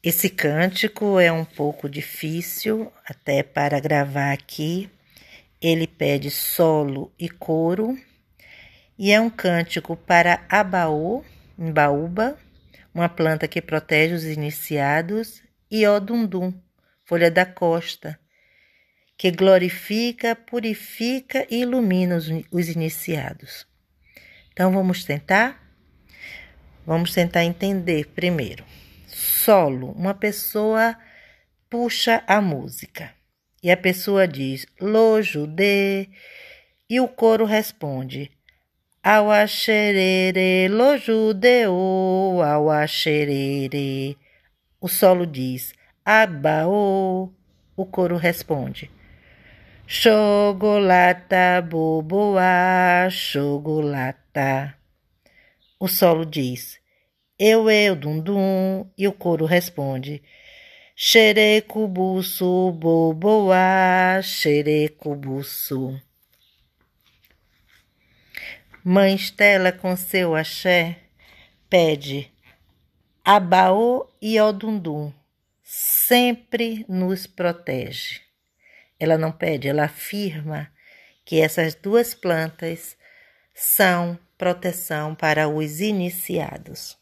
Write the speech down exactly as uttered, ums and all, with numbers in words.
Esse cântico é um pouco difícil até para gravar aqui. Ele pede solo e coro. E é um cântico para abaô, embaúba, uma planta que protege os iniciados, e odundum, folha da costa, que glorifica, purifica e ilumina os, os iniciados. Então vamos tentar? Vamos tentar entender primeiro. Solo, uma pessoa puxa a música e a pessoa diz lojudê e o coro responde auaxerere, lojudeo, auaxerere. O solo diz abaô, o coro responde xogolata, boboá, xogolata. O solo diz eu, eu, dum-dum, e o coro responde xerecubuçu, boboá, xerecubuçu. Mãe Estela, com seu axé, pede abaô e odundum, sempre nos protege. Ela não pede, ela afirma que essas duas plantas são proteção para os iniciados.